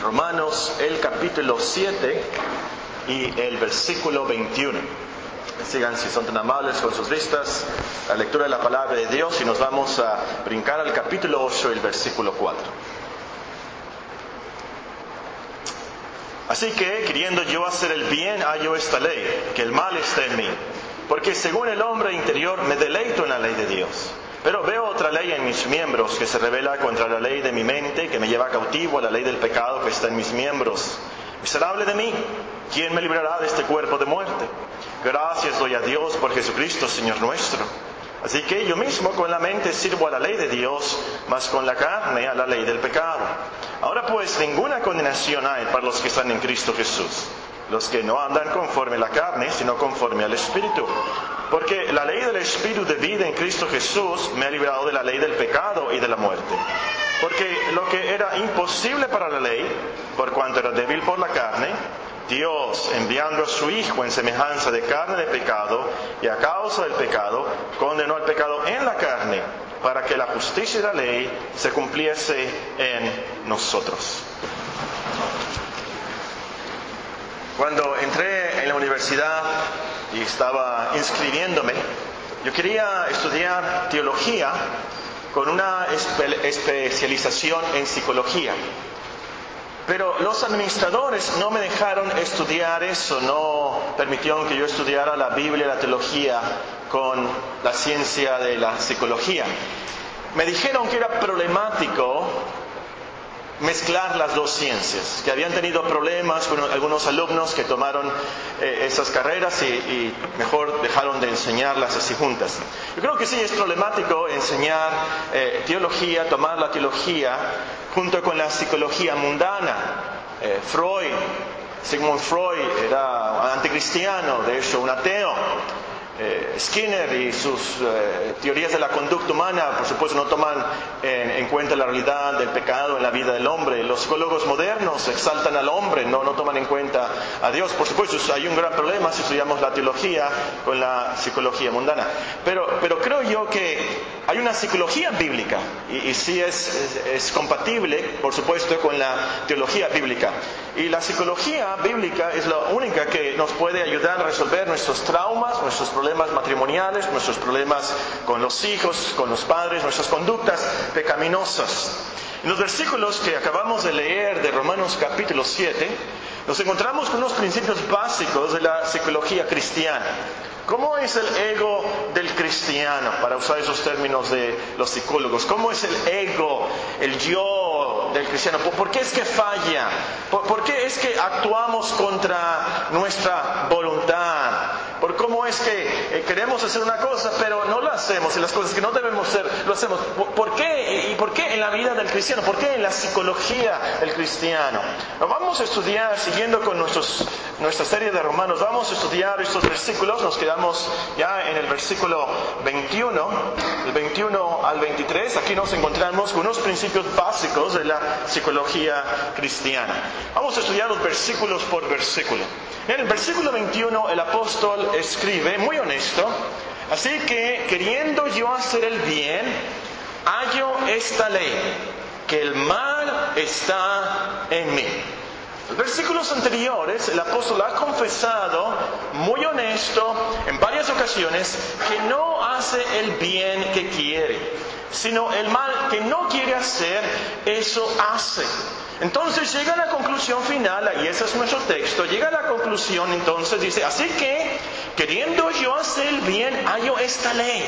Romanos, el capítulo 7 y el versículo 21. Sigan, si son tan amables, con sus vistas, la lectura de la palabra de Dios, y nos vamos a brincar al capítulo 8 y el versículo 4. Así que, queriendo yo hacer el bien, hallo esta ley, que el mal está en mí. Porque según el hombre interior me deleito en la ley de Dios. Pero veo otra ley en mis miembros que se revela contra la ley de mi mente, que me lleva cautivo a la ley del pecado que está en mis miembros. Miserable de mí, ¿quién me librará de este cuerpo de muerte? Gracias doy a Dios por Jesucristo, Señor nuestro. Así que yo mismo con la mente sirvo a la ley de Dios, mas con la carne a la ley del pecado. Ahora pues ninguna condenación hay para los que están en Cristo Jesús, los que no andan conforme a la carne, sino conforme al Espíritu. Porque la ley del Espíritu de vida en Cristo Jesús me ha librado de la ley del pecado y de la muerte. Porque lo que era imposible para la ley, por cuanto era débil por la carne, Dios, enviando a su Hijo en semejanza de carne de pecado, y a causa del pecado, condenó al pecado en la carne, para que la justicia de la ley se cumpliese en nosotros. Cuando entré en la universidad y estaba inscribiéndome, yo quería estudiar teología con una especialización en psicología. Pero los administradores no me dejaron estudiar eso, no permitieron que yo estudiara la Biblia y la teología con la ciencia de la psicología. Me dijeron que era problemático mezclar las dos ciencias, que habían tenido problemas con algunos alumnos que tomaron esas carreras y mejor dejaron de enseñarlas así juntas. Yo creo que sí es problemático enseñar teología, tomar la teología junto con la psicología mundana. Sigmund Freud era anticristiano, de hecho un ateo. Skinner y sus teorías de la conducta humana, por supuesto, no toman en cuenta la realidad del pecado en la vida del hombre. Los psicólogos modernos exaltan al hombre, no toman en cuenta a Dios. Por supuesto, hay un gran problema si estudiamos la teología con la psicología mundana. Pero creo yo que hay una psicología bíblica y sí es compatible, por supuesto, con la teología bíblica. Y la psicología bíblica es la única que nos puede ayudar a resolver nuestros traumas, nuestros problemas matrimoniales, nuestros problemas con los hijos, con los padres, nuestras conductas pecaminosas. En los versículos que acabamos de leer de Romanos capítulo 7, nos encontramos con unos principios básicos de la psicología cristiana. ¿Cómo es el ego del cristiano? Para usar esos términos de los psicólogos. ¿Cómo es el ego, el yo del cristiano? ¿Por qué es que falla? ¿Por qué es que actuamos contra nuestra voluntad? ¿Por cómo es que queremos hacer una cosa pero no la hacemos? Y las cosas que no debemos hacer, lo hacemos. ¿Por qué? ¿Y por qué en la vida del cristiano? ¿Por qué en la psicología del cristiano? Vamos a estudiar, siguiendo con nuestra serie de Romanos, vamos a estudiar estos versículos. Nos quedamos ya en el versículo 21, del 21 al 23. Aquí nos encontramos con unos principios básicos de la psicología cristiana. Vamos a estudiar los versículos por versículo. En el versículo 21 el apóstol escribe, muy honesto: así que, queriendo yo hacer el bien, hallo esta ley, que el mal está en mí. En los versículos anteriores, el apóstol ha confesado, muy honesto, en varias ocasiones, que no hace el bien que quiere, sino el mal que no quiere hacer, eso hace. Entonces llega a la conclusión final, y ese es nuestro texto, llega a la conclusión, entonces dice: así que, queriendo yo hacer el bien, hallo esta ley,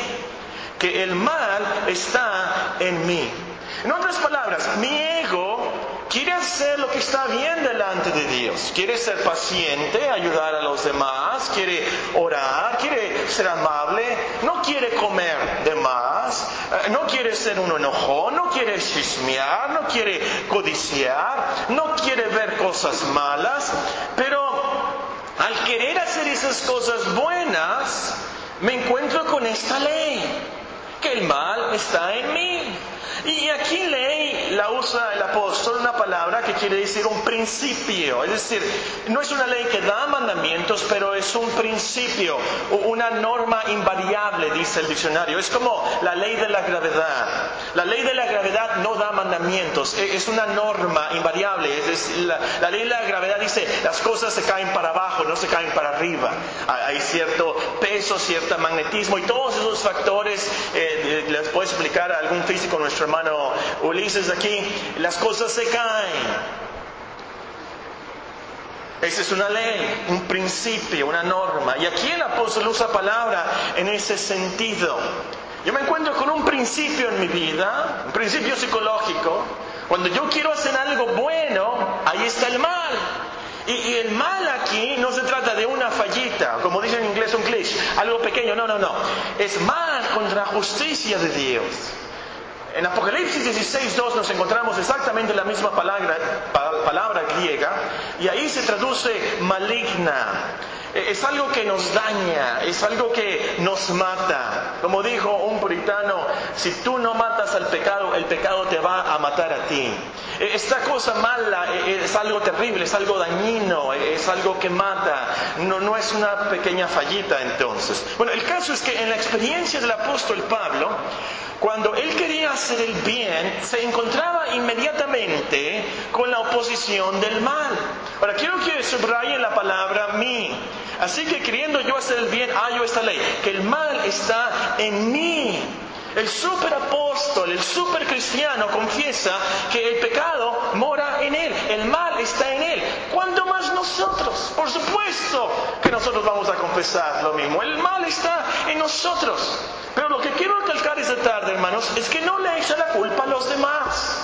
que el mal está en mí. En otras palabras, mi ego quiere hacer lo que está bien delante de Dios. Quiere ser paciente, ayudar a los demás, quiere orar, quiere ser amable, no quiere comer de más, no quiere ser un enojón, no quiere chismear, no quiere codiciar, no quiere ver cosas malas. Pero al querer hacer esas cosas buenas, me encuentro con esta ley. que el mal está en mí. Y aquí la usa el apóstol una palabra que quiere decir un principio. Es decir, no es una ley que da mandamientos, pero es un principio, una norma invariable, dice el diccionario. Es como la ley de la gravedad. La ley de la gravedad no da mandamientos, es una norma invariable. La ley de la gravedad dice, las cosas se caen para abajo, no se caen para arriba. Hay cierto peso, cierto magnetismo, y todos esos factores, les puedo explicar a algún físico, nuestro hermano Ulises aquí, las cosas se caen. Esa es una ley, un principio, una norma. Y aquí el apóstol usa palabra en ese sentido. Yo me encuentro con un principio en mi vida, un principio psicológico. Cuando yo quiero hacer algo bueno, ahí está el mal. Y el mal aquí no se trata de una fallita, como dicen en inglés un glitch, algo pequeño, no. Es mal contra la justicia de Dios. En Apocalipsis 16:2 nos encontramos exactamente la misma palabra griega, y ahí se traduce maligna. Es algo que nos daña, es algo que nos mata. Como dijo un puritano, si tú no matas al pecado, el pecado te va a matar a ti. Esta cosa mala es algo terrible, es algo dañino, es algo que mata. No es una pequeña fallita entonces. Bueno, el caso es que en la experiencia del apóstol Pablo, cuando él quería hacer el bien, se encontraba inmediatamente con la oposición del mal. Ahora, quiero que subrayen la palabra mí. Así que queriendo yo hacer el bien, hallo esta ley, que el mal está en mí. El superapóstol, el supercristiano confiesa que el pecado mora en él, el mal está en él. ¿Cuánto más nosotros? Por supuesto que nosotros vamos a confesar lo mismo. El mal está en nosotros. Pero lo que quiero recalcar esta tarde, hermanos, es que no le echa la culpa a los demás.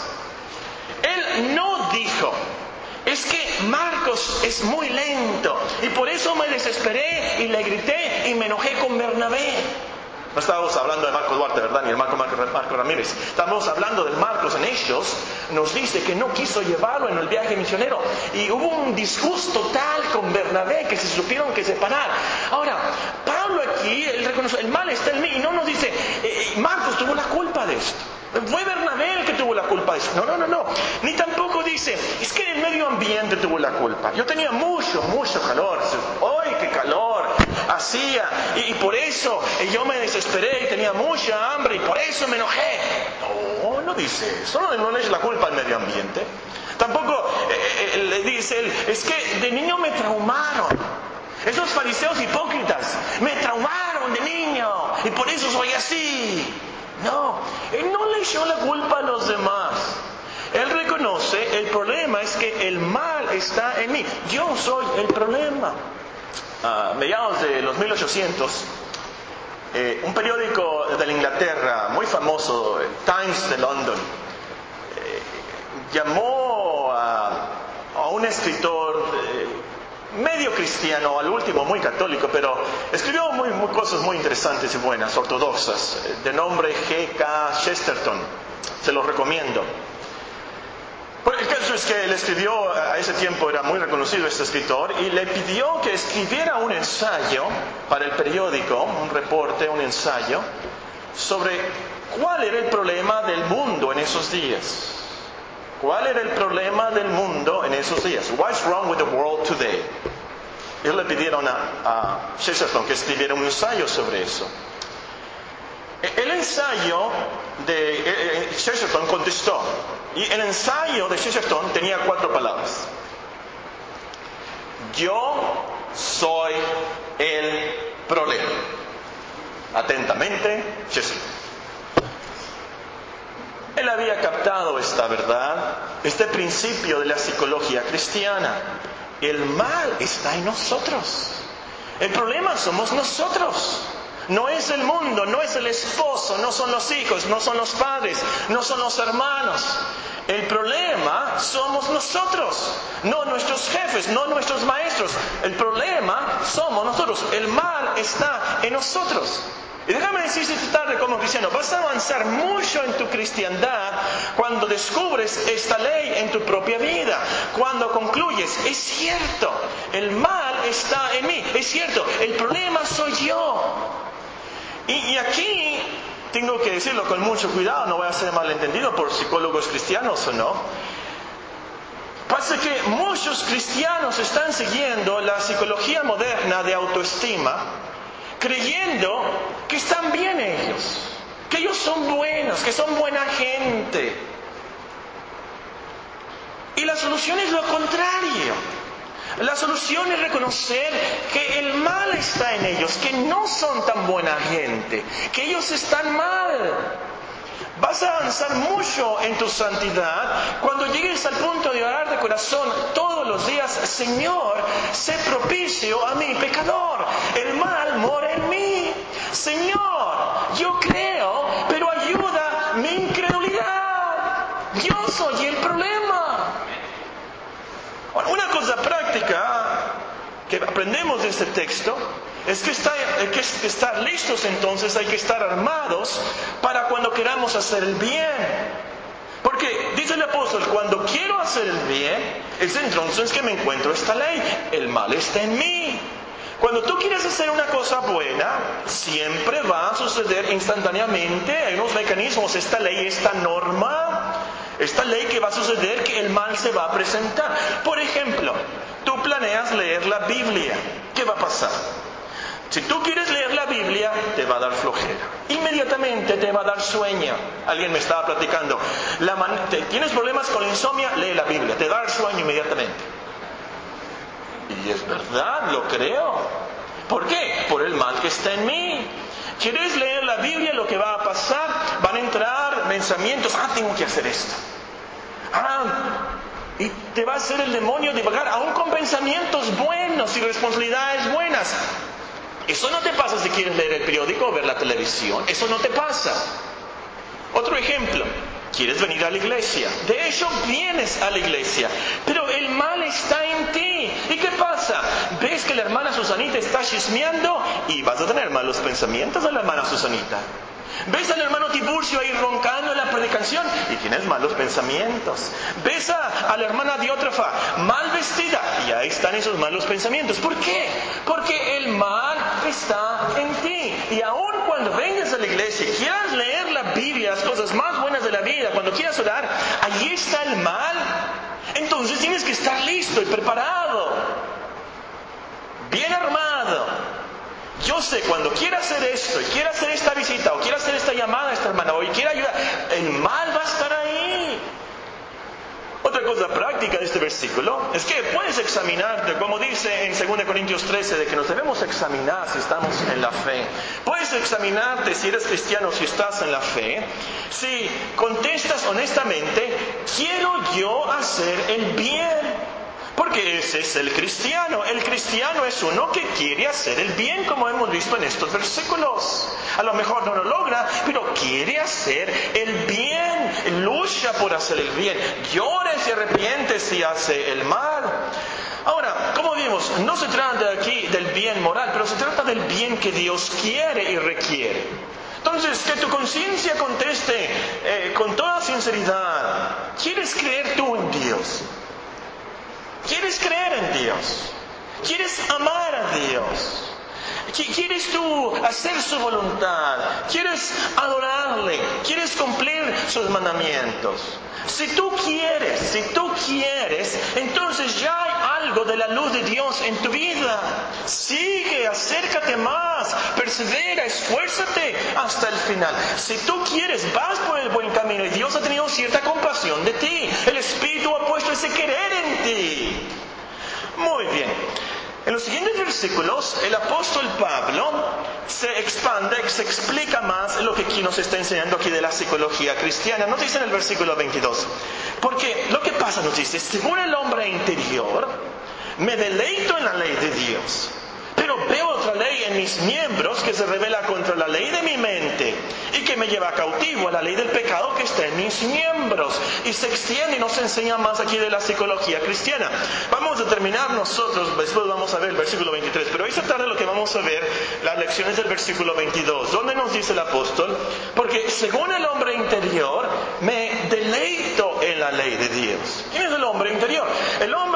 Él no dijo, es que Marcos es muy lento y por eso me desesperé y le grité y me enojé con Bernabé. No estábamos hablando de Marcos Duarte, ¿verdad? Ni el Marco Ramírez. Estamos hablando del Marcos en Hechos. Nos dice que no quiso llevarlo en el viaje misionero. Y hubo un disgusto tal con Bernabé que se supieron que separar. Ahora, Pablo aquí, él reconoce, el mal está en mí. Y no nos dice, Marcos tuvo la culpa de esto. Fue Bernabé el que tuvo la culpa de esto. No. Ni tampoco dice, es que el medio ambiente tuvo la culpa. Yo tenía mucho calor. ¡Ay, qué calor! Hacía. Y por eso yo me desesperé y tenía mucha hambre y por eso me enojé. No dice eso. No le echa la culpa al medio ambiente. Tampoco le dice él, es que de niño me traumaron. Esos fariseos hipócritas me traumaron de niño y por eso soy así. No, él no le echó la culpa a los demás. Él reconoce, el problema es que el mal está en mí. Yo soy el problema. A mediados de los 1800, un periódico de la Inglaterra muy famoso, Times de London, llamó a un escritor medio cristiano, al último muy católico, pero escribió cosas muy interesantes y buenas, ortodoxas, de nombre G.K. Chesterton. Se los recomiendo. Bueno, el caso es que él escribió, a ese tiempo era muy reconocido este escritor, y le pidió que escribiera un ensayo para el periódico, un reporte, un ensayo, sobre cuál era el problema del mundo en esos días. ¿Cuál era el problema del mundo en esos días? What's wrong with the world today? Y le pidieron a Chesterton que escribiera un ensayo sobre eso. El ensayo de Chesterton contestó, y el ensayo de Chesterton tenía 4 palabras. Yo soy el problema. Atentamente, Chesterton. Él había captado esta verdad, este principio de la psicología cristiana. El mal está en nosotros. El problema somos nosotros. No es el mundo, no es el esposo, no son los hijos, no son los padres, no son los hermanos. El problema somos nosotros, no nuestros jefes, no nuestros maestros. El problema somos nosotros. El mal está en nosotros. Y déjame decirte esta tarde como cristiano, vas a avanzar mucho en tu cristiandad cuando descubres esta ley en tu propia vida. Cuando concluyes, es cierto, el mal está en mí, es cierto, el problema soy yo. Y aquí tengo que decirlo con mucho cuidado, no voy a ser malentendido por psicólogos cristianos o no. Pasa que muchos cristianos están siguiendo la psicología moderna de autoestima, creyendo que están bien ellos, que ellos son buenos, que son buena gente. Y la solución es lo contrario. La solución es reconocer que el mal está en ellos, que no son tan buena gente, que ellos están mal. Vas a avanzar mucho en tu santidad cuando llegues al punto de orar de corazón todos los días: Señor, sé propicio a mi pecador, el mal mora en mí. Señor, yo creo, pero ayuda mi incredulidad. Yo soy el problema. Una cosa práctica que aprendemos de este texto es que hay que estar listos, entonces hay que estar armados para cuando queramos hacer el bien. Porque dice el apóstol, cuando quiero hacer el bien, es entonces que me encuentro esta ley: el mal está en mí. Cuando tú quieres hacer una cosa buena, siempre va a suceder instantáneamente. Hay unos mecanismos, esta ley, esta norma, esta ley que va a suceder, que el mal se va a presentar. Por ejemplo, tú planeas leer la Biblia. ¿Qué va a pasar? Si tú quieres leer la Biblia, te va a dar flojera. Inmediatamente te va a dar sueño. Alguien me estaba platicando. ¿Tienes problemas con la insomnia? Lee la Biblia. Te va a dar sueño inmediatamente. Y es verdad, lo creo. ¿Por qué? Por el mal que está en mí. ¿Quieres leer la Biblia? Lo que va a pasar, van a entrar pensamientos: tengo que hacer esto. Y te va a hacer el demonio divagar, aún con pensamientos buenos y responsabilidades buenas. Eso no te pasa si quieres leer el periódico o ver la televisión. Eso no te pasa. Otro ejemplo. Quieres venir a la iglesia. De hecho, vienes a la iglesia. Pero el mal está en ti. ¿Y qué pasa? Ves que la hermana Susanita está chismeando y vas a tener malos pensamientos de la hermana Susanita. Ves al hermano Tiburcio ahí roncando en la predicación y tienes malos pensamientos. Ves a la hermana Diótrefa mal vestida y ahí están esos malos pensamientos. ¿Por qué? Porque el mal está en ti. Y aun cuando vengas a la iglesia y quieras leer la Biblia, las cosas más buenas de la vida, cuando quieras orar, allí está el mal. Entonces tienes que estar listo y preparado, bien armado. Yo sé, cuando quiera hacer esto, y quiera hacer esta visita, o quiera hacer esta llamada a esta hermana, o quiera ayudar, el mal va a estar ahí. Otra cosa práctica de este versículo es que puedes examinarte, como dice en 2 Corintios 13, de que nos debemos examinar si estamos en la fe. Puedes examinarte si eres cristiano, si estás en la fe. Si contestas honestamente: quiero yo hacer el bien. Porque ese es el cristiano. El cristiano es uno que quiere hacer el bien, como hemos visto en estos versículos. A lo mejor no lo logra, pero quiere hacer el bien. Lucha por hacer el bien. Llora y se arrepiente si hace el mal. Ahora, como vimos, no se trata aquí del bien moral, pero se trata del bien que Dios quiere y requiere. Entonces, que tu conciencia conteste con toda sinceridad: ¿quieres creer tú en Dios? ¿Quieres creer en Dios? ¿Quieres amar a Dios? ¿Quieres tú hacer su voluntad? ¿Quieres adorarle? ¿Quieres cumplir sus mandamientos? Si tú quieres, entonces ya hay algo de la luz de Dios en tu vida. Sigue, acércate más, persevera, esfuérzate hasta el final. Si tú quieres, vas por el buen camino y Dios ha tenido cierta compasión de ti. El Espíritu ha puesto ese querer en ti. Muy bien. En los siguientes versículos, el apóstol Pablo se expande, se explica más lo que aquí nos está enseñando aquí de la psicología cristiana. Nos dice en el versículo 22, porque lo que pasa, nos dice: según el hombre interior, me deleito en la ley de Dios, pero veo otra ley en mis miembros que se revela contra la ley de mi mente y que me lleva cautivo a la ley del pecado que está en mis miembros. Y se extiende y nos enseña más aquí de la psicología cristiana. Vamos a terminar nosotros, después vamos a ver el versículo 23, pero esta tarde lo que vamos a ver, las lecciones del versículo 22, donde nos dice el apóstol: porque según el hombre interior, me deleito en la ley de Dios. ¿Quién es el hombre interior? El hombre interior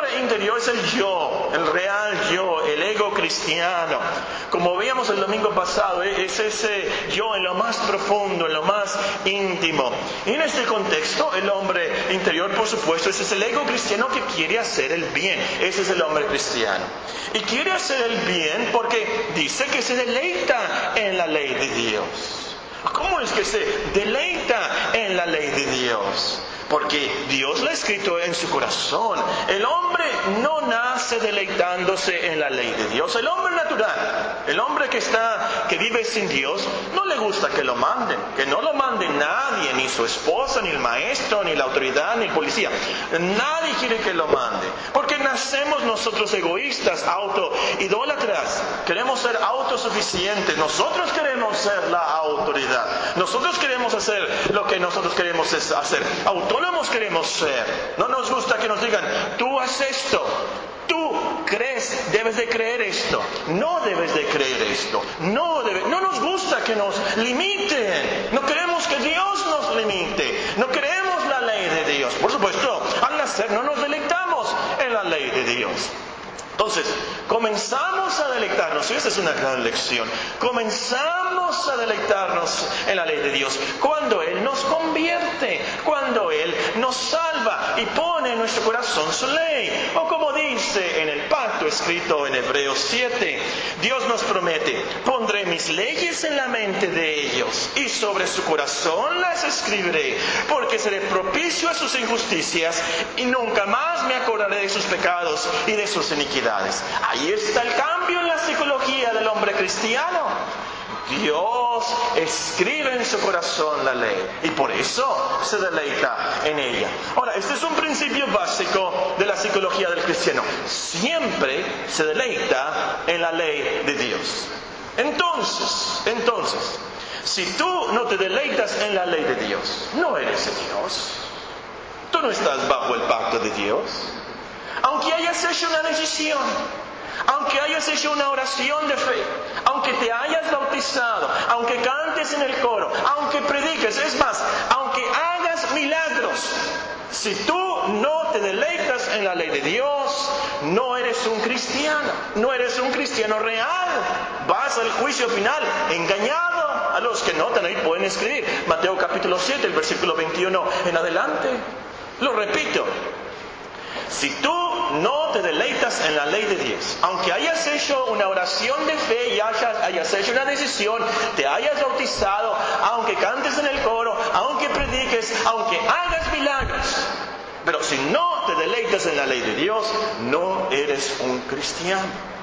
es el yo, el real yo, el ego cristiano. Como veíamos el domingo pasado, es ese yo en lo más profundo, en lo más íntimo. Y en este contexto, el hombre interior, por supuesto, ese es el ego cristiano que quiere hacer el bien. Ese es el hombre cristiano. Y quiere hacer el bien porque dice que se deleita en la ley de Dios. ¿Cómo es que se deleita en la ley de Dios? Porque Dios lo ha escrito en su corazón. El hombre no nace deleitándose en la ley de Dios. El hombre natural, el hombre que vive sin Dios, no le gusta que lo manden. Que no lo mande nadie, ni su esposa, ni el maestro, ni la autoridad, ni el policía. Nadie quiere que lo mande. Porque nacemos nosotros egoístas, idólatras. Queremos ser autosuficientes. Nosotros queremos ser la autoridad. Nosotros queremos hacer lo que nosotros queremos hacer. Autónomos queremos ser. No nos gusta que nos digan, tú haces esto, tú crees, debes de creer esto, no debes de creer esto, no nos gusta que nos limiten. No queremos que Dios nos limite. No queremos la ley de Dios. Por supuesto, al nacer no nos deleitamos en la ley de Dios. Entonces, comenzamos a deleitarnos, y esa es una gran lección, comenzamos a deleitarnos en la ley de Dios cuando Él nos convierte, cuando Él nos salva y pone en nuestro corazón su ley. O como dice en el pacto escrito en Hebreos 7, Dios nos promete, pondré mis leyes en la mente de ellos y sobre su corazón las escribiré, porque seré propicio a sus injusticias y nunca más me acordaré de sus pecados y de sus iniquidades. Ahí está el cambio en la psicología del hombre cristiano. Dios escribe en su corazón la ley y por eso se deleita en ella. Ahora, este es un principio básico de la psicología del cristiano. Siempre se deleita en la ley de Dios. Entonces, si tú no te deleitas en la ley de Dios, no eres de Dios. Tú no estás bajo el pacto de Dios. Aunque hayas hecho una decisión, aunque hayas hecho una oración de fe, aunque te hayas bautizado, aunque cantes en el coro, aunque prediques, es más, aunque hagas milagros, si tú no te deleitas en la ley de Dios, no eres un cristiano real. Vas al juicio final engañado. A los que notan ahí pueden escribir Mateo capítulo 7, el versículo 21 en adelante. Lo repito. Si tú no te deleitas en la ley de Dios, aunque hayas hecho una oración de fe y hayas hecho una decisión, te hayas bautizado, aunque cantes en el coro, aunque prediques, aunque hagas milagros, pero si no te deleitas en la ley de Dios, no eres un cristiano.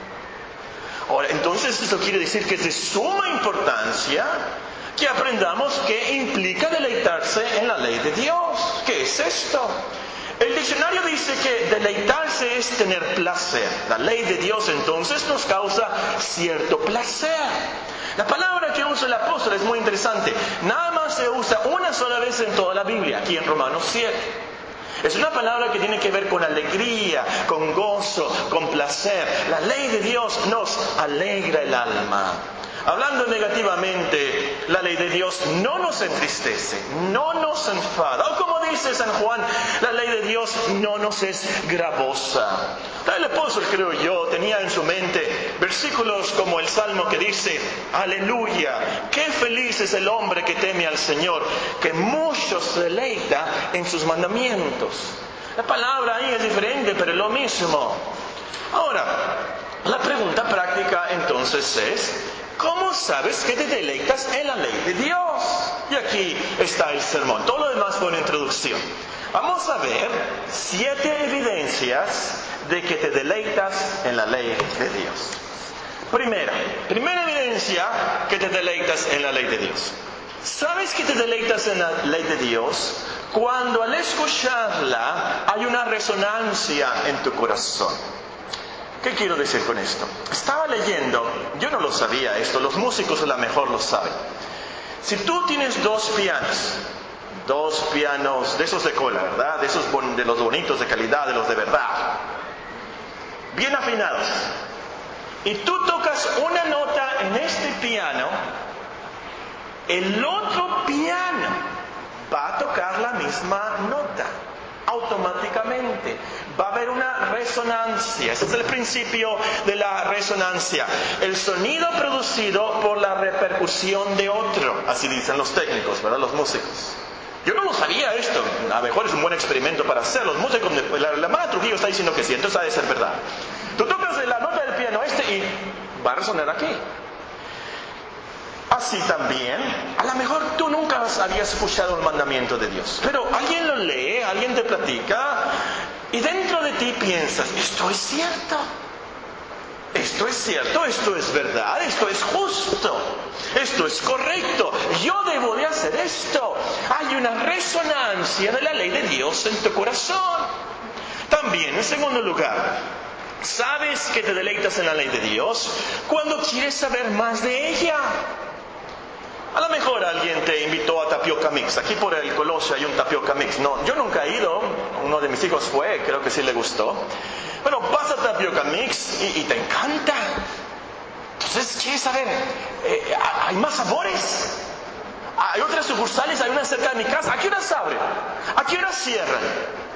Ahora, entonces eso quiere decir que es de suma importancia que aprendamos qué implica deleitarse en la ley de Dios. ¿Qué es esto? El diccionario dice que deleitarse es tener placer. La ley de Dios entonces nos causa cierto placer. La palabra que usa el apóstol es muy interesante. Nada más se usa una sola vez en toda la Biblia, aquí en Romanos 7. Es una palabra que tiene que ver con alegría, con gozo, con placer. La ley de Dios nos alegra el alma. Hablando negativamente, la ley de Dios no nos entristece, no nos enfada. O como dice San Juan, la ley de Dios no nos es gravosa. El apóstol, creo yo, tenía en su mente versículos como el Salmo que dice, aleluya, qué feliz es el hombre que teme al Señor, que mucho se deleita en sus mandamientos. La palabra ahí es diferente, pero es lo mismo. Ahora, la pregunta práctica entonces es, ¿cómo sabes que te deleitas en la ley de Dios? Y aquí está el sermón. Todo lo demás fue una introducción. Vamos a ver 7 evidencias de que te deleitas en la ley de Dios. Primera evidencia que te deleitas en la ley de Dios. ¿Sabes que te deleitas en la ley de Dios? Cuando al escucharla hay una resonancia en tu corazón. ¿Qué quiero decir con esto? Estaba leyendo, yo no lo sabía esto, los músicos a lo mejor lo saben. Si tú tienes dos pianos de esos de cola, ¿verdad? De esos de los bonitos, de calidad, de los de verdad, bien afinados, y tú tocas una nota en este piano, el otro piano va a tocar la misma nota. Automáticamente Va a haber una resonancia. Ese es el principio de la resonancia. El sonido producido por la repercusión de otro. Así dicen los técnicos, ¿verdad? Los músicos. Yo no lo sabía esto. A lo mejor es un buen experimento para hacer. Los músicos, la hermana Trujillo está diciendo que sí, entonces ha de ser verdad. Tú tocas la nota del piano y va a resonar aquí. Así también, a lo mejor tú nunca habías escuchado el mandamiento de Dios, pero alguien lo lee, alguien te platica, y dentro de ti piensas, esto es cierto, esto es verdad, esto es justo, esto es correcto, yo debo de hacer esto. Hay una resonancia de la ley de Dios en tu corazón. También, en segundo lugar, sabes que te deleitas en la ley de Dios cuando quieres saber más de ella. A lo mejor alguien te invitó a Tapioca Mix. Aquí por el Colosio hay un Tapioca Mix. No, yo nunca he ido. Uno de mis hijos fue, creo que sí le gustó. Bueno, vas a Tapioca Mix y te encanta. Entonces, ¿quieres saber? ¿Hay más sabores? ¿Hay otras sucursales? ¿Hay una cerca de mi casa? ¿A qué horas abren? ¿A qué horas cierran?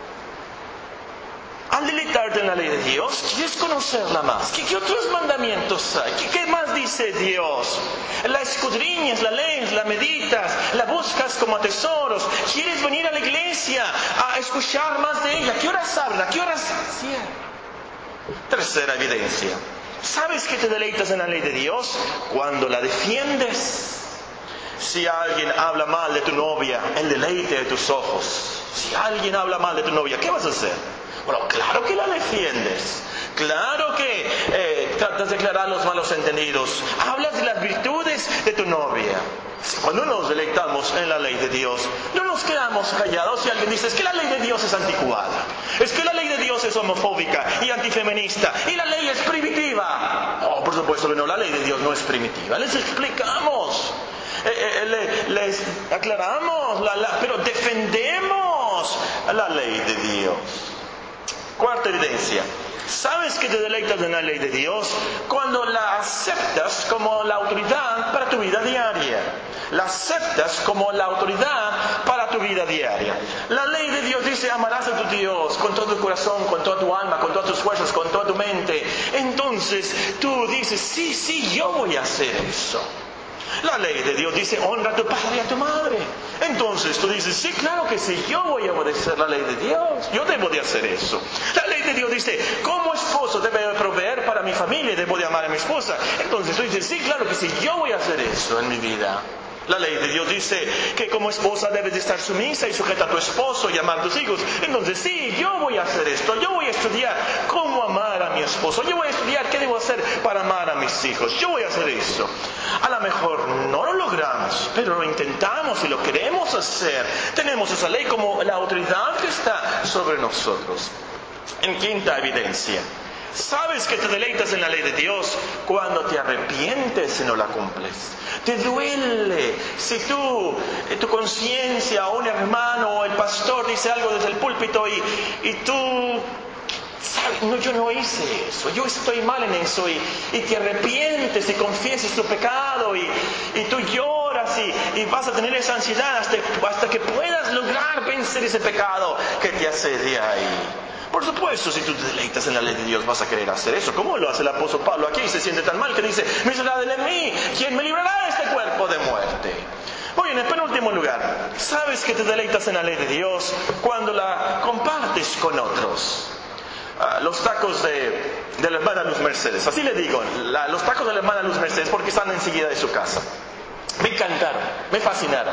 Al deleitarte en la ley de Dios, quieres conocerla más. ¿Qué otros mandamientos hay? ¿Qué más dice Dios? La escudriñas, la lees, la meditas, la buscas como tesoros. ¿Quieres venir a la iglesia a escuchar más de ella? ¿A qué horas abren? ¿A qué horas cierran? Tercera evidencia. ¿Sabes que te deleitas en la ley de Dios? Cuando la defiendes. Si alguien habla mal de tu novia, el deleite de tus ojos. Si alguien habla mal de tu novia, ¿qué vas a hacer? Bueno, claro que la defiendes. Claro que tratas de aclarar los malos entendidos. Hablas de las virtudes de tu novia. Cuando nos deleitamos en la ley de Dios, no nos quedamos callados si alguien dice, es que la ley de Dios es anticuada. Es que la ley de Dios es homofóbica y antifeminista. Y la ley es primitiva. Oh, por supuesto que no, la ley de Dios no es primitiva. Les explicamos. Les aclaramos, pero defendemos la ley de Dios. Cuarta evidencia. ¿Sabes que te deleitas en la ley de Dios cuando la aceptas como la autoridad para tu vida diaria? La aceptas como la autoridad para tu vida diaria. La ley de Dios dice, amarás a tu Dios con todo tu corazón, con toda tu alma, con todas tus fuerzas, con toda tu mente. Entonces tú dices, sí, yo voy a hacer eso. La ley de Dios dice, honra a tu padre y a tu madre. Entonces tú dices, sí, claro que sí, yo voy a obedecer la ley de Dios. Yo debo de hacer eso. La ley de Dios dice, como esposo debo de proveer para mi familia y debo de amar a mi esposa. Entonces tú dices, sí, claro que sí, yo voy a hacer eso en mi vida. La ley de Dios dice que como esposa debes de estar sumisa y sujeta a tu esposo y amar a tus hijos. Entonces sí, yo voy a hacer esto. Yo voy a estudiar cómo amar a mi esposo. Yo voy a estudiar qué debo hacer para amar a mis hijos. Yo voy a hacer eso. A lo mejor no lo logramos, pero lo intentamos y lo queremos hacer. Tenemos esa ley como la autoridad que está sobre nosotros. En quinta evidencia. Sabes que te deleitas en la ley de Dios cuando te arrepientes y no la cumples. Te duele si tu conciencia o un hermano o el pastor dice algo desde el púlpito y tú sabes, no, yo no hice eso, yo estoy mal en eso y te arrepientes y confiesas tu pecado y tú lloras y vas a tener esa ansiedad hasta que puedas lograr vencer ese pecado que te asedia ahí. Por supuesto, si tú te deleitas en la ley de Dios, vas a querer hacer eso. ¿Cómo lo hace el apóstol Pablo aquí? Se siente tan mal que dice, miserable de mí, ¿quién me librará de este cuerpo de muerte? Muy bien, en penúltimo lugar, ¿sabes que te deleitas en la ley de Dios cuando la compartes con otros? Los tacos de la hermana Luz Mercedes, así le digo, los tacos de la hermana Luz Mercedes, porque están enseguida de su casa. Me encantaron, me fascinaron.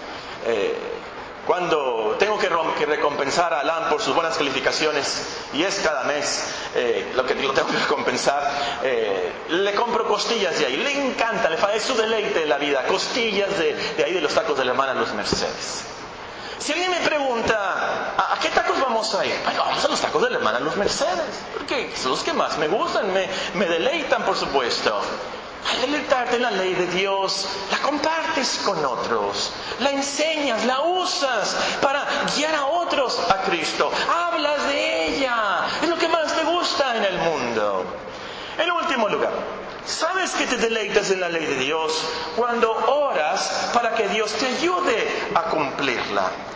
Cuando tengo que recompensar a Alan por sus buenas calificaciones, y es cada mes lo tengo que recompensar, le compro costillas de ahí, le encanta, es su deleite de la vida, costillas de ahí de los tacos de la hermana Luz Mercedes. Si alguien me pregunta, ¿a qué tacos vamos a ir? Bueno, vamos a los tacos de la hermana Luz Mercedes, porque son los que más me gustan, me deleitan, por supuesto. Al deleitarte en la ley de Dios, la compartes con otros, la enseñas, la usas para guiar a otros a Cristo. Hablas de ella, es lo que más te gusta en el mundo. En último lugar, ¿sabes que te deleitas en la ley de Dios cuando oras para que Dios te ayude a cumplirla?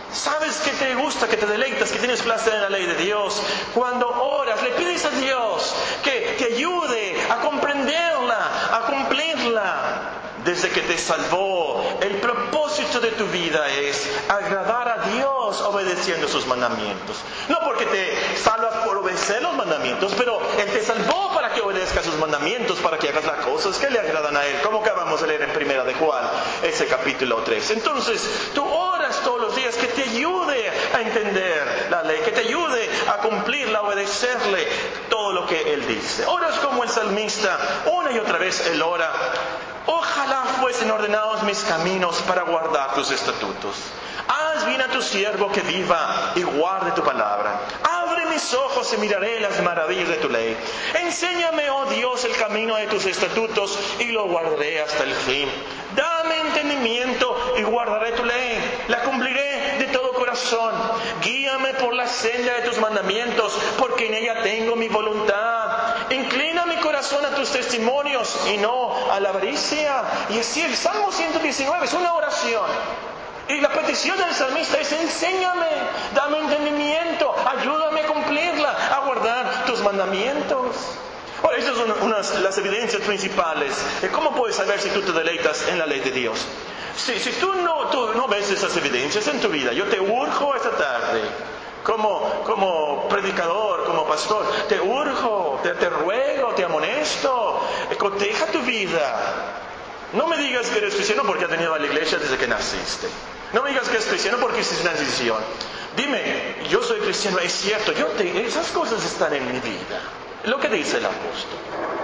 Sabes que te gusta, que te deleitas, que tienes placer en la ley de Dios. Cuando oras, le pides a Dios que te ayude a comprenderla, a cumplirla. Desde que te salvó, el propósito de tu vida es agradar a Dios obedeciendo sus mandamientos. No porque te salvas por obedecer los mandamientos, pero Él te salvó para que obedezcas sus mandamientos, para que hagas las cosas que le agradan a Él, como acabamos de leer en Primera de Juan, ese capítulo 3. Entonces, tú oras todos los días que te ayude a entender la ley, que te ayude a cumplirla, a obedecerle todo lo que Él dice. Oras como el salmista, una y otra vez Él ora. Ojalá fuesen ordenados mis caminos para guardar tus estatutos. Haz bien a tu siervo que viva y guarde tu palabra. Abre mis ojos y miraré las maravillas de tu ley. Enséñame, oh Dios, el camino de tus estatutos y lo guardaré hasta el fin. Dame entendimiento y guardaré tu ley. La cumpliré de todo corazón. Guíame por la senda de tus mandamientos, porque en ella tengo mi voluntad. Inclina mi corazón a tus testimonios y no a la avaricia. Y así el Salmo 119 es una oración. Y la petición del salmista es: enséñame, dame entendimiento, ayúdame a cumplirla, a guardar tus mandamientos. Ahora, estas son las evidencias principales de cómo puedes saber si tú te deleitas en la ley de Dios. Si tú no ves esas evidencias en tu vida, yo te urjo esta tarde, como predicador, como pastor, te urjo, te ruego, te amonesto, coteja tu vida. No me digas que eres cristiano porque has venido a la iglesia desde que naciste. No me digas que eres cristiano porque hiciste una decisión. Dime, yo soy cristiano, es cierto, esas cosas están en mi vida. Lo que dice el apóstol.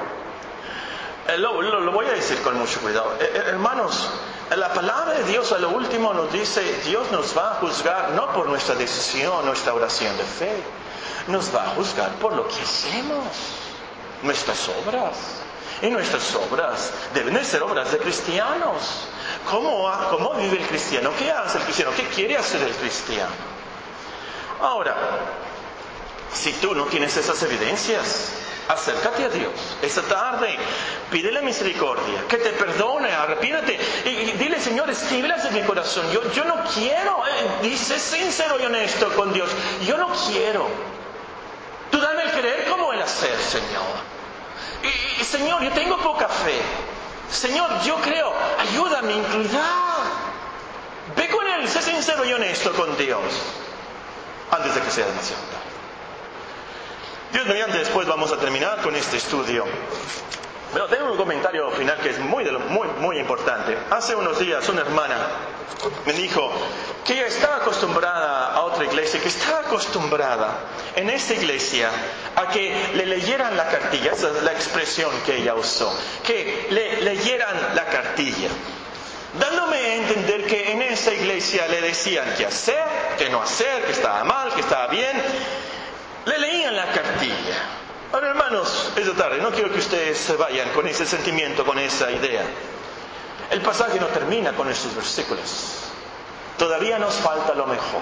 Lo voy a decir con mucho cuidado. Hermanos, la palabra de Dios a lo último nos dice: Dios nos va a juzgar no por nuestra decisión, nuestra oración de fe. Nos va a juzgar por lo que hacemos, nuestras obras. Y nuestras obras deben de ser obras de cristianos. ¿Cómo vive el cristiano? ¿Qué hace el cristiano? ¿Qué quiere hacer el cristiano? Ahora, si tú no tienes esas evidencias, acércate a Dios esta tarde, pídele misericordia, que te perdone, arrepiéntete y dile: Señor, escríbelas en mi corazón. Yo no quiero, sé sincero y honesto con Dios, yo no quiero. Tú dame el querer como el hacer, Señor. Y Señor, yo tengo poca fe. Señor, yo creo, ayúdame a inclinar. Ve con Él, sé sincero y honesto con Dios, antes de que sea demasiado tarde. Dios mediante, después vamos a terminar con este estudio. Pero tengo un comentario final que es muy importante. Hace unos días una hermana me dijo que ella estaba acostumbrada a otra iglesia, que estaba acostumbrada en esta iglesia a que le leyeran la cartilla. Esa es la expresión que ella usó, que le leyeran la cartilla, dándome a entender que en esa iglesia le decían qué hacer, qué no hacer, que estaba mal, que estaba bien. Le leían la cartilla. Ahora, hermanos, esta tarde no quiero que ustedes se vayan con ese sentimiento, con esa idea. El pasaje no termina con estos versículos. Todavía nos falta lo mejor.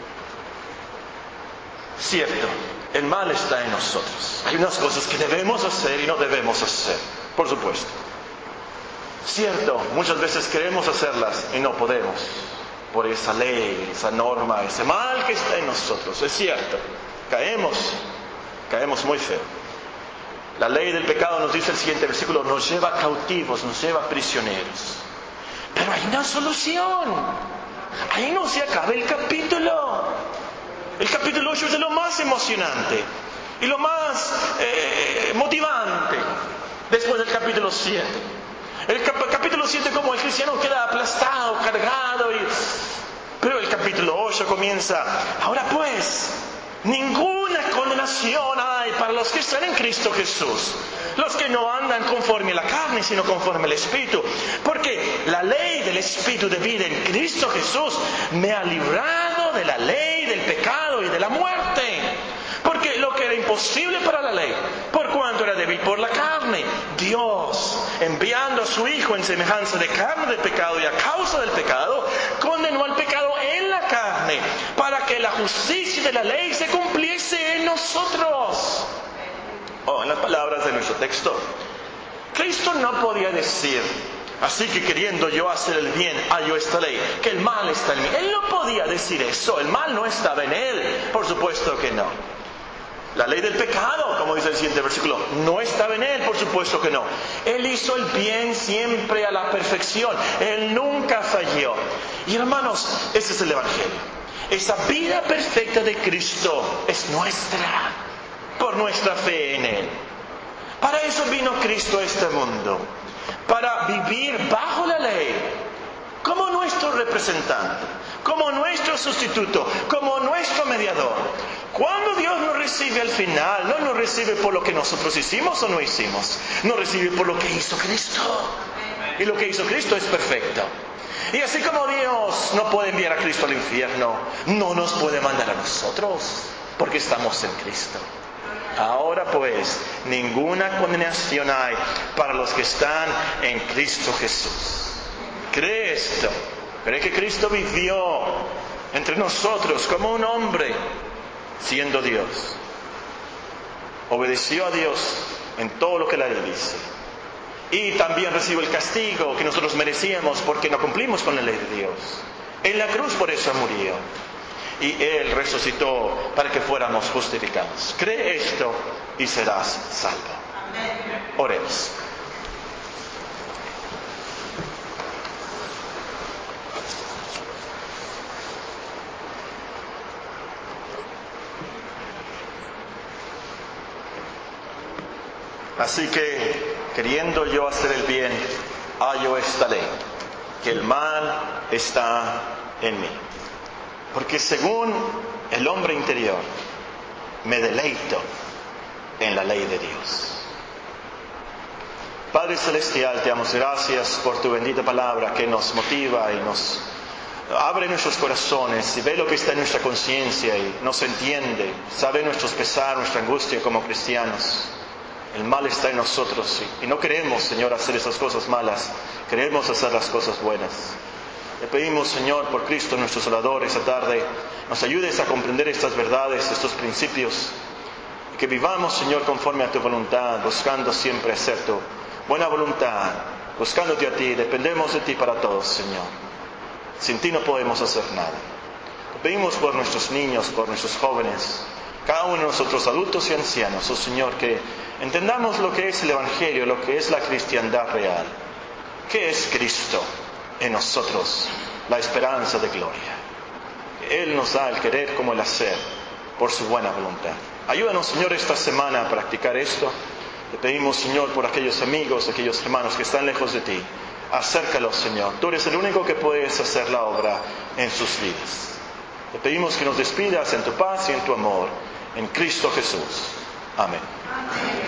Cierto, el mal está en nosotros. Hay unas cosas que debemos hacer y no debemos hacer, por supuesto. Cierto, muchas veces queremos hacerlas y no podemos, por esa ley, esa norma, ese mal que está en nosotros. Es cierto, caemos muy feo. La ley del pecado, nos dice el siguiente versículo, nos lleva cautivos, nos lleva prisioneros. Pero hay una solución. Ahí no se acaba el capítulo. El capítulo 8 es de lo más emocionante y lo más motivante después del capítulo 7. El capítulo 7, como el cristiano queda aplastado, cargado, pero el capítulo 8 comienza: ahora pues, ninguna condenación hay para los que están en Cristo Jesús, los que no andan conforme a la carne, sino conforme al Espíritu. Porque la ley del Espíritu de vida en Cristo Jesús me ha librado de la ley del pecado y de la muerte. Porque lo que era imposible para la ley, por cuanto era débil por la carne, Dios, enviando a su Hijo en semejanza de carne de pecado y a causa del pecado, condenó al pecado en la carne, para que la justicia de la ley se cumpliese en nosotros. En las palabras de nuestro texto, Cristo no podía decir: Así que queriendo yo hacer el bien, hallo esta ley, que el mal está en mí. Él no podía decir eso, el mal no estaba en él. Por supuesto que no. La ley del pecado, como dice el siguiente versículo, no estaba en él, por supuesto que no. Él hizo el bien siempre a la perfección. Él nunca falló. Y hermanos, ese es el Evangelio. Esa vida perfecta de Cristo es nuestra, por nuestra fe en Él. Para eso vino Cristo a este mundo, para vivir bajo la ley, como nuestro representante, como nuestro sustituto, como nuestro mediador. Cuando Dios nos recibe al final, no nos recibe por lo que nosotros hicimos o no hicimos, nos recibe por lo que hizo Cristo. Y lo que hizo Cristo es perfecto. Y así como Dios no puede enviar a Cristo al infierno, no nos puede mandar a nosotros, porque estamos en Cristo. Ahora pues, ninguna condenación hay para los que están en Cristo Jesús. ¿Cree esto? ¿Cree que Cristo vivió entre nosotros como un hombre, siendo Dios? Obedeció a Dios en todo lo que la ley dice. Y también recibió el castigo que nosotros merecíamos porque no cumplimos con la ley de Dios. En la cruz por eso murió. Y Él resucitó para que fuéramos justificados. Cree esto y serás salvo. Oremos. Así que, queriendo yo hacer el bien, hallo esta ley, que el mal está en mí. Porque según el hombre interior, me deleito en la ley de Dios. Padre Celestial, te damos gracias por tu bendita palabra que nos motiva y nos abre nuestros corazones y ve lo que está en nuestra conciencia y nos entiende, sabe nuestros pesares, nuestra angustia como cristianos. El mal está en nosotros y no queremos, Señor, hacer esas cosas malas, queremos hacer las cosas buenas. Te pedimos, Señor, por Cristo nuestro Salvador, esta tarde, nos ayudes a comprender estas verdades, estos principios, y que vivamos, Señor, conforme a tu voluntad, buscando siempre hacer tu buena voluntad, buscándote a ti, dependemos de ti para todos, Señor. Sin ti no podemos hacer nada. Te pedimos por nuestros niños, por nuestros jóvenes, cada uno de nosotros, adultos y ancianos, oh Señor, que entendamos lo que es el Evangelio, lo que es la cristiandad real. ¿Qué es Cristo en nosotros? La esperanza de gloria. Él nos da el querer como el hacer, por su buena voluntad. Ayúdanos, Señor, esta semana a practicar esto. Te pedimos, Señor, por aquellos amigos, aquellos hermanos que están lejos de ti. Acércalos, Señor. Tú eres el único que puedes hacer la obra en sus vidas. Te pedimos que nos despidas en tu paz y en tu amor. En Cristo Jesús. Amén.